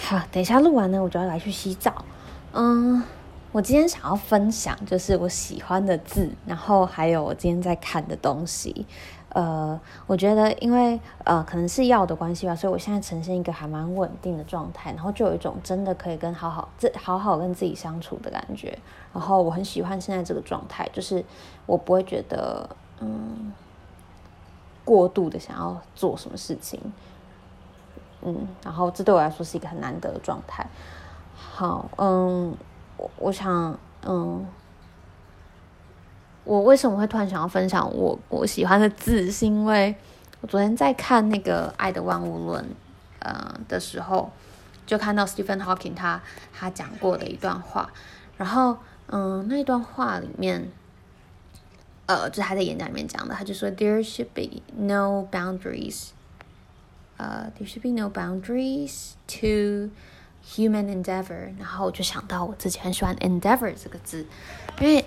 好，等一下录完呢，我就要来去洗澡。我今天想要分享就是我喜欢的字，然后还有我今天在看的东西。我觉得因为可能是药的关系吧，所以我现在呈现一个还蛮稳定的状态，然后就有一种真的可以跟好好跟自己相处的感觉。然后我很喜欢现在这个状态，就是我不会觉得过度的想要做什么事情。然后这对我来说是一个很难得的状态。好，我想，我为什么会突然想要分享我喜欢的字，是因为我昨天在看那个《爱的万物论》的时候，就看到 Stephen Hawking 他讲过的一段话，然后那一段话里面，就是他在演讲里面讲的，他就说 There should be no boundaries。There should be no boundaries to human endeavor。然后我就想到我自己很喜欢 endeavor 这个字，因为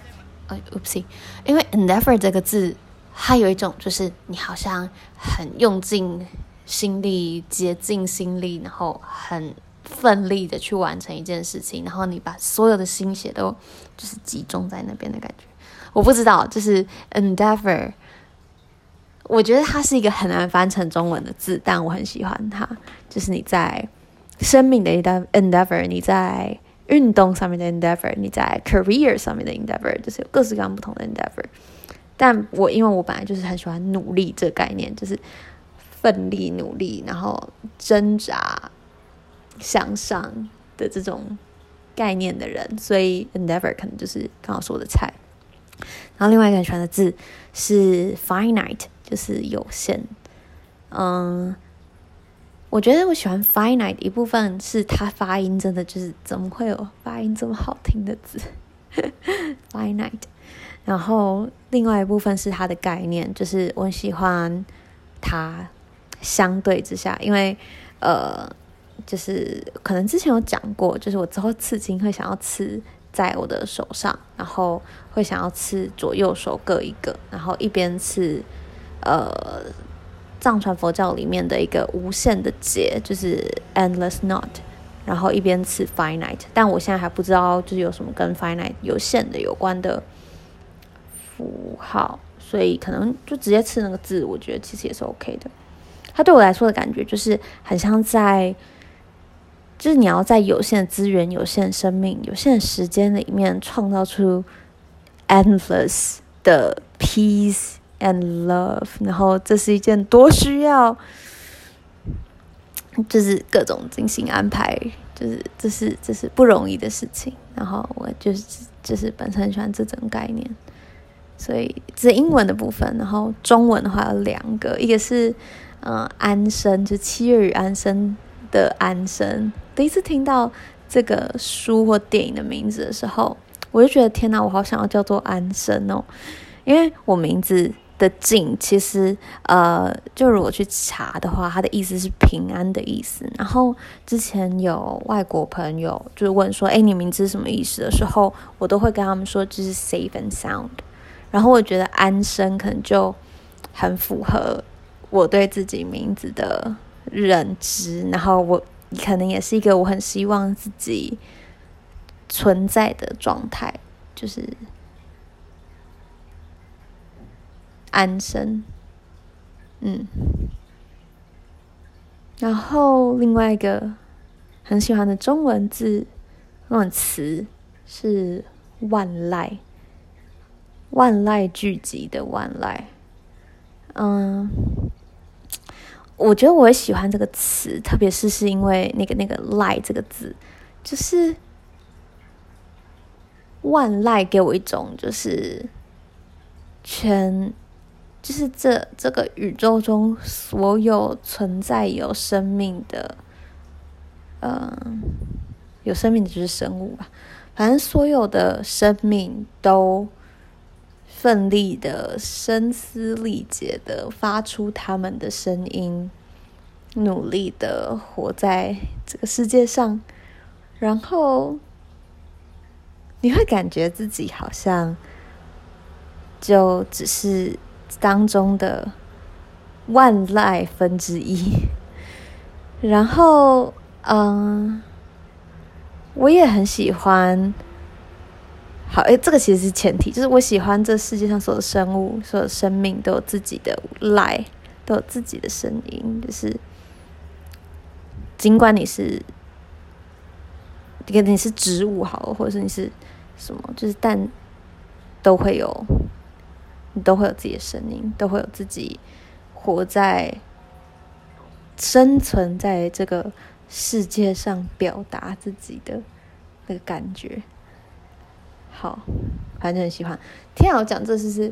endeavor 这个字，它有一种就是你好像很用尽心力、竭尽心力，然后很奋力的去完成一件事情，然后你把所有的心血都就是集中在那边的感觉。我不知道，就是 endeavor。我觉得它是一个很难翻成中文的字，但我很喜欢它。就是你在生命的 endeavor， 你在运动上面的 endeavor， 你在 career 上面的 endeavor， 就是有各式各样不同的 endeavor。但因为我本来就是很喜欢努力这个概念，就是奋力努力，然后挣扎向上的这种概念的人，所以 endeavor 可能就是刚好是我的菜。然后另外一个很喜欢的字是 finite， 就是有限。我觉得我喜欢 finite 一部分是它发音真的就是怎么会有发音这么好听的字finite。然后另外一部分是它的概念，就是我很喜欢它相对之下，因为就是可能之前有讲过，就是我之后刺青会想要刺在我的手上，然后会想要刺左右手各一个，然后一边刺藏传佛教里面的一个无限的结，就是 endless knot， 然后一边刺 finite， 但我现在还不知道就是有什么跟 finite 有限的有关的符号，所以可能就直接刺那个字，我觉得其实也是 OK 的。它对我来说的感觉就是很像就是你要在有限的资源、有限的生命、有限的时间里面创造出 endless 的 peace and love， 然后这是一件多需要就是各种精心安排，就是这是不容易的事情。然后我就是本身很喜欢这种概念，所以这是英文的部分。然后中文的话有两个，一个是安生，就七月与安生的安生。第一次听到这个书或电影的名字的时候，我就觉得天哪，我好想要叫做安生哦，因为我名字的静其实就如果去查的话，它的意思是平安的意思。然后之前有外国朋友就是问说你名字是什么意思的时候，我都会跟他们说就是 safe and sound。然后我觉得安生可能就很符合我对自己名字的认知，然后我可能也是一个我很希望自己存在的状态，就是安生。然后另外一个很喜欢的中文字那种词是万籁，万籁俱寂的万籁。我觉得我会喜欢这个词，特别是因为那个籁这个字，就是万籁给我一种就是就是这个宇宙中所有存在有生命的有生命的就是生物吧，反正所有的生命都奋力的声嘶力竭的发出他们的声音，努力的活在这个世界上，然后你会感觉自己好像就只是当中的万籁分之一。然后我也很喜欢。好，这个其实是前提，就是我喜欢这世界上所有生物、所有生命都有自己的light，都有自己的声音，就是尽管你是植物好了，或者是你是什么，就是但你都会有自己的声音，都会有自己生存在这个世界上表达自己的那个感觉。好，反正很喜欢。天啊，我讲这是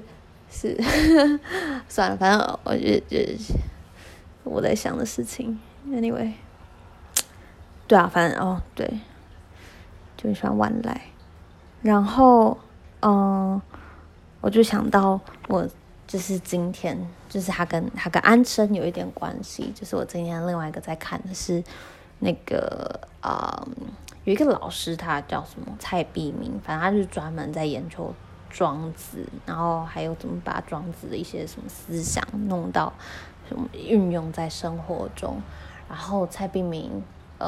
算了，反正我觉得我在想的事情。Anyway， 对啊，反正对，就很喜欢晚来。然后我就想到我就是今天，就是他跟安生有一点关系。就是我今天另外一个在看的是那个有一个老师，他叫什么蔡璧名，反正他就是专门在研究庄子，然后还有怎么把庄子的一些什么思想弄到什么运用在生活中。然后蔡璧名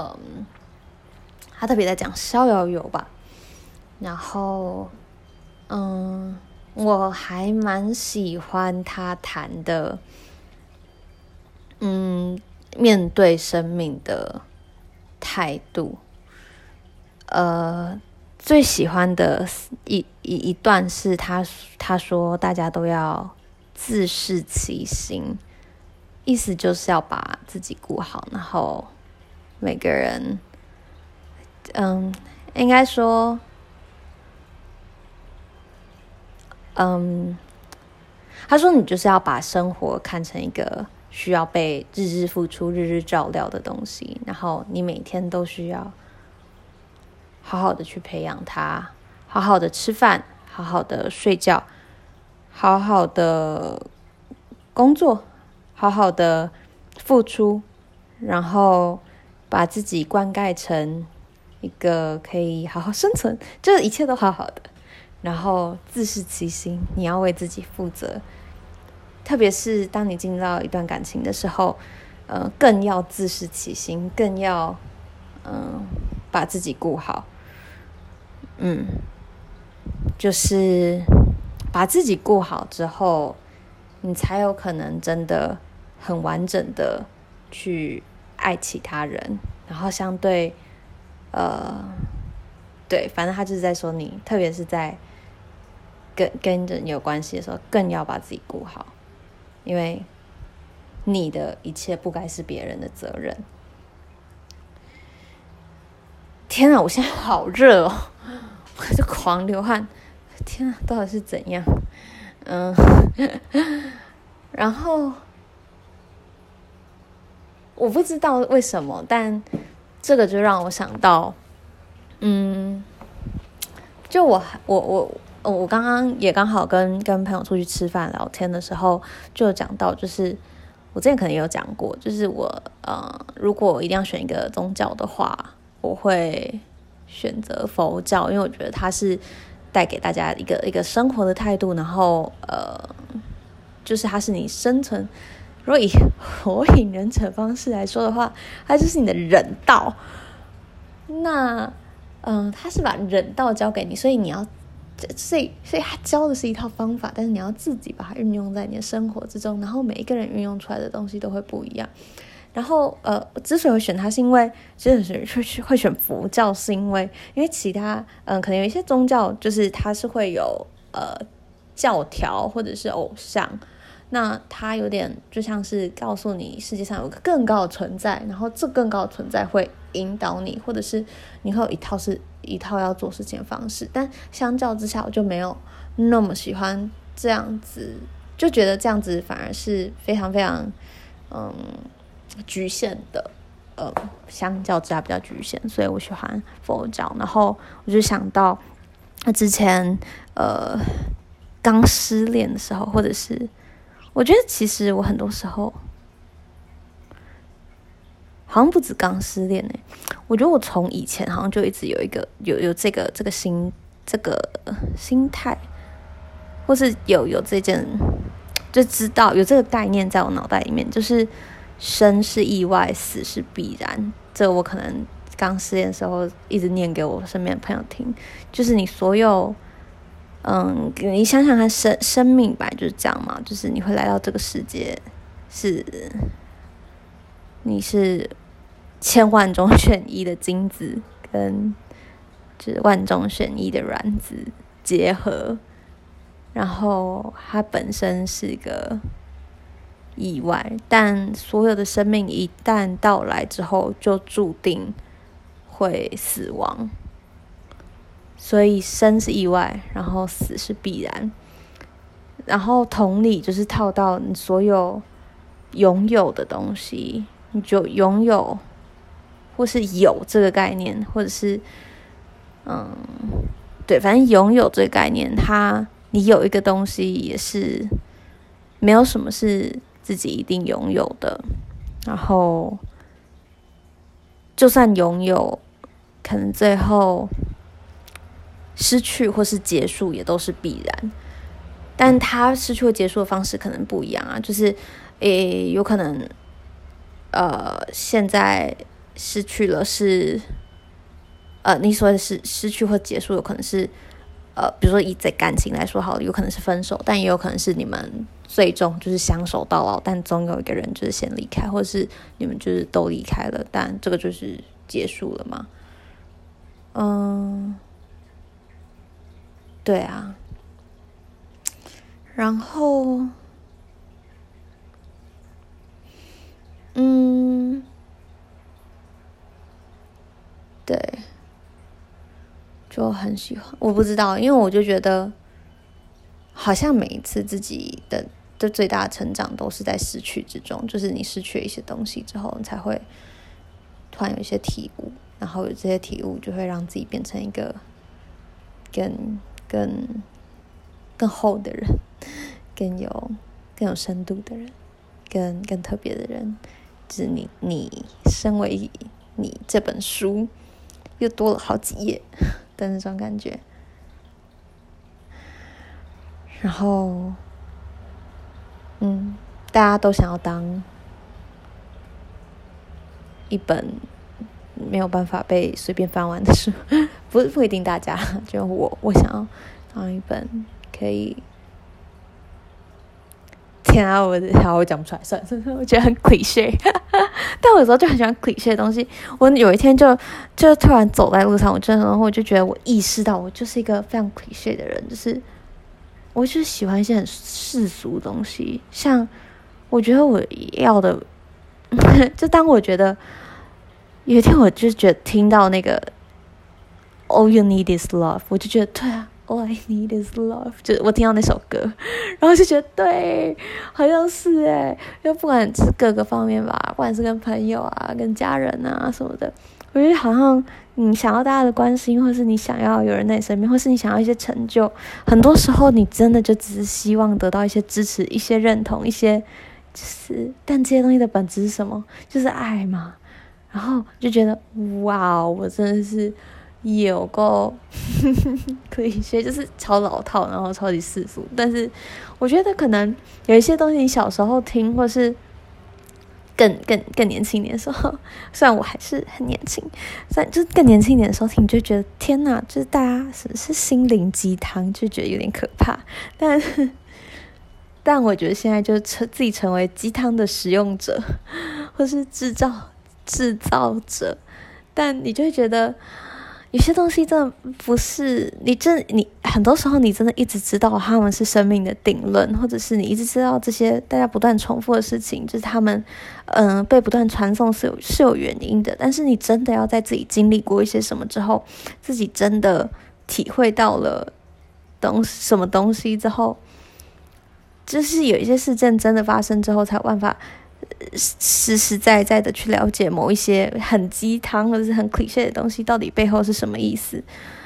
他特别在讲逍遥游吧。然后我还蛮喜欢他谈的面对生命的态度。最喜欢的一段是他说大家都要自视其心，意思就是要把自己顾好，然后每个人应该说他说你就是要把生活看成一个需要被日日付出、日日照料的东西，然后你每天都需要好好的去培养它，好好的吃饭，好好的睡觉，好好的工作，好好的付出，然后把自己灌溉成一个可以好好生存，就是一切都好好的，然后自视其心，你要为自己负责。特别是当你进入到一段感情的时候，更要自视其心，更要把自己顾好。就是把自己顾好之后，你才有可能真的很完整的去爱其他人。然后相对对，反正他就是在说你，特别是在跟人有关系的时候，更要把自己顾好，因为你的一切不该是别人的责任。天啊，我现在好热哦，我就狂流汗。天啊，到底是怎样？然后我不知道为什么，但这个就让我想到，就我刚刚也刚好跟朋友出去吃饭聊天的时候，就有讲到，就是我之前可能也有讲过，就是我如果我一定要选一个宗教的话，我会选择佛教，因为我觉得它是带给大家一个生活的态度，然后就是它是你生存，如果以火影忍者方式来说的话，它就是你的忍道。那它是把忍道教给你，所以你要，所以它教的是一套方法，但是你要自己把它运用在你的生活之中，然后每一个人运用出来的东西都会不一样。然后之所以会选它，是因为就是会选佛教，是因为其他可能有一些宗教就是它是会有教条或者是偶像，那它有点就像是告诉你世界上有个更高的存在，然后这更高的存在会引导你，或者是你会有一套要做事情的方式。但相较之下，我就没有那么喜欢这样子，就觉得这样子反而是非常非常局限的，相较之下比较局限，所以我喜欢佛教。然后我就想到之前刚失恋的时候，或者是我觉得其实我很多时候好像不止刚失恋我觉得我从以前好像就一直有一个有这个心态，或是有这件，就知道有这个概念在我脑袋里面，就是生是意外，死是必然。这我可能刚失恋的时候一直念给我身边的朋友听，就是你所有，你想想看，生命本来就是这样嘛，就是你会来到这个世界，你是千万中选一的精子跟就是万中选一的卵子结合，然后它本身是一个意外，但所有的生命一旦到来之后，就注定会死亡。所以生是意外，然后死是必然。然后同理，就是套到你所有拥有的东西，你就拥有，或是有这个概念，或者是对，反正拥有这个概念，你有一个东西也是没有什么是自己一定拥有的，然后就算拥有，可能最后失去或是结束也都是必然，但它失去或结束的方式可能不一样啊，就是有可能现在失去了是你所谓的失去或结束，有可能是比如说以在感情来说好了，有可能是分手，但也有可能是你们最终就是相守到老，但总有一个人就是先离开，或者是你们就是都离开了，但这个就是结束了嘛。对啊，然后对，就很喜欢，我不知道，因为我就觉得好像每一次自己的最大的成长都是在失去之中，就是你失去了一些东西之后，你才会突然有一些体悟，然后有这些体悟就会让自己变成一个更厚的人，更有深度的人，更特别的人，就是你身为你这本书又多了好几页的那种感觉。然后大家都想要当一本没有办法被随便翻完的书，不一定大家，就我想要当一本可以，天啊，我讲不出来，算了，我觉得很 cliché 但我有时候就很喜欢 cliché 的东西。我有一天就突然走在路上，然后我就觉得我意识到我就是一个非常 cliché 的人，就是我就是喜欢一些很世俗的东西，像我觉得我要的就当我觉得有一天我就觉得听到那个 All you need is love， 我就觉得对啊， All I need is love， 就是我听到那首歌，然后就觉得对，好像是因为不管是各个方面吧，不管是跟朋友啊跟家人啊什么的，我觉得好像你想要大家的关心，或是你想要有人在你身边，或是你想要一些成就，很多时候你真的就只是希望得到一些支持，一些认同，一些但这些东西的本质是什么？就是爱嘛。然后就觉得哇，我真的是有够可以学，就是超老套，然后超级世俗。但是我觉得可能有一些东西你小时候听，或是更年轻一点的时候，虽然我还是很年轻，但就是更年轻一点的时候听，就觉得天哪，就是大家是心灵鸡汤，就觉得有点可怕。但我觉得现在就自己成为鸡汤的使用者，或是制造者，但你就会觉得有些东西真的不是你很多时候你真的一直知道他们是生命的定论，或者是你一直知道这些大家不断重复的事情，就是他们被不断传送是有原因的。但是你真的要在自己经历过一些什么之后，自己真的体会到了什么东西之后，就是有一些事件真的发生之后，才有办法实实在在的去了解某一些很鸡汤或者是很 cliché 的东西到底背后是什么意思。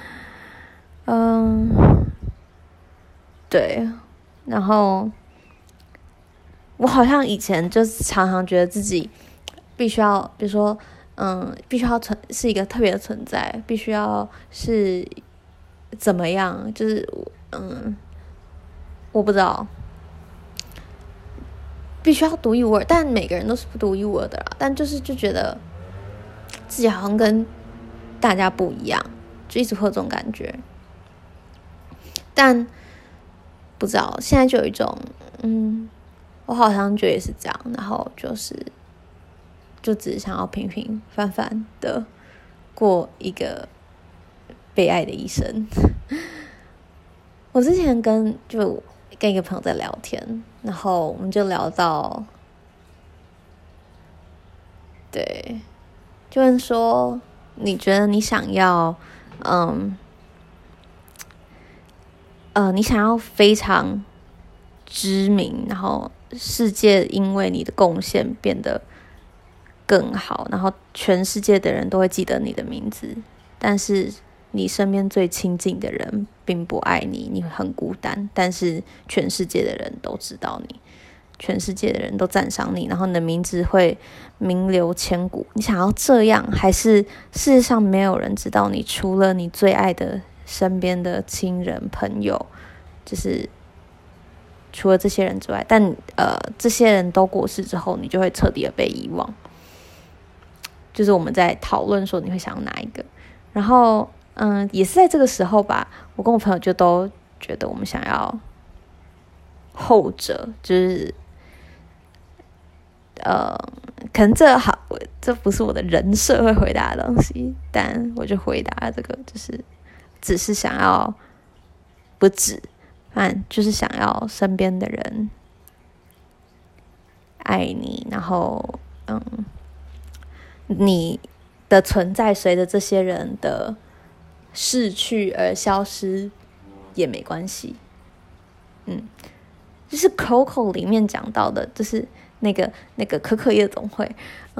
对，然后我好像以前就是常常觉得自己必须要，比如说必须要是一个特别的存在，必须要是怎么样，就是我不知道。 必须要独一无二，但每个人都是不独一无二的啦。但就觉得自己好像跟大家不一样，就一直会有这种感觉。但不知道，现在就有一种，我好像就也是这样，然后就只是想要平平凡凡的过一个被爱的一生。我之前跟一个朋友在聊天，然后我们就聊到，对，就问说，你觉得你想要，你想要非常知名，然后世界因为你的贡献变得更好，然后全世界的人都会记得你的名字，但是你身边最亲近的人并不爱你，你很孤单，但是全世界的人都知道你，全世界的人都赞赏你，然后你的名字会名留千古。你想要这样，还是事实上没有人知道你，除了你最爱的身边的亲人朋友，就是除了这些人之外，但这些人都过世之后，你就会彻底的被遗忘。就是我们在讨论说你会想要哪一个，然后也是在这个时候吧，我跟我朋友就都觉得我们想要后者，就是可能这不是我的人设会回答的东西，但我就回答这个，就是只是想要就是想要身边的人爱你，然后你的存在随着这些人的逝去而消失也没关系。就是 Coco 里面讲到的，就是那个可可夜总会，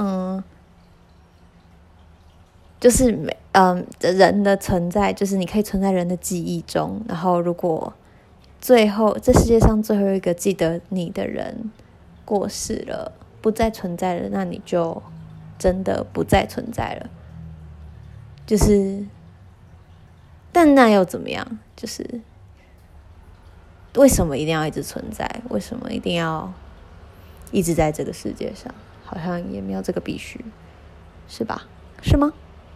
就是人的存在，就是你可以存在人的记忆中，然后如果最后这世界上最后一个记得你的人过世了，不再存在了，那你就真的不再存在了。就是但那又怎么样，就是为什么一定要一直存在，为什么一定要一直在这个世界上，好像也没有这个必须，是吧？是吗？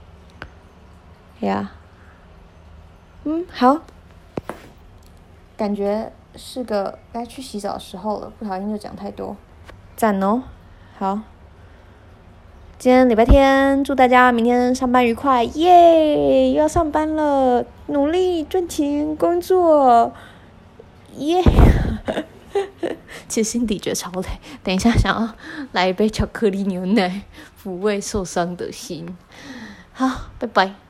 呀、好，感觉是个该去洗澡的时候了，不小心就讲太多，赞哦。好，今天礼拜天，祝大家明天上班愉快，耶！又要上班了，努力赚钱工作，耶！其实心底觉得超累，等一下想要来一杯巧克力牛奶，抚慰受伤的心。好，拜拜。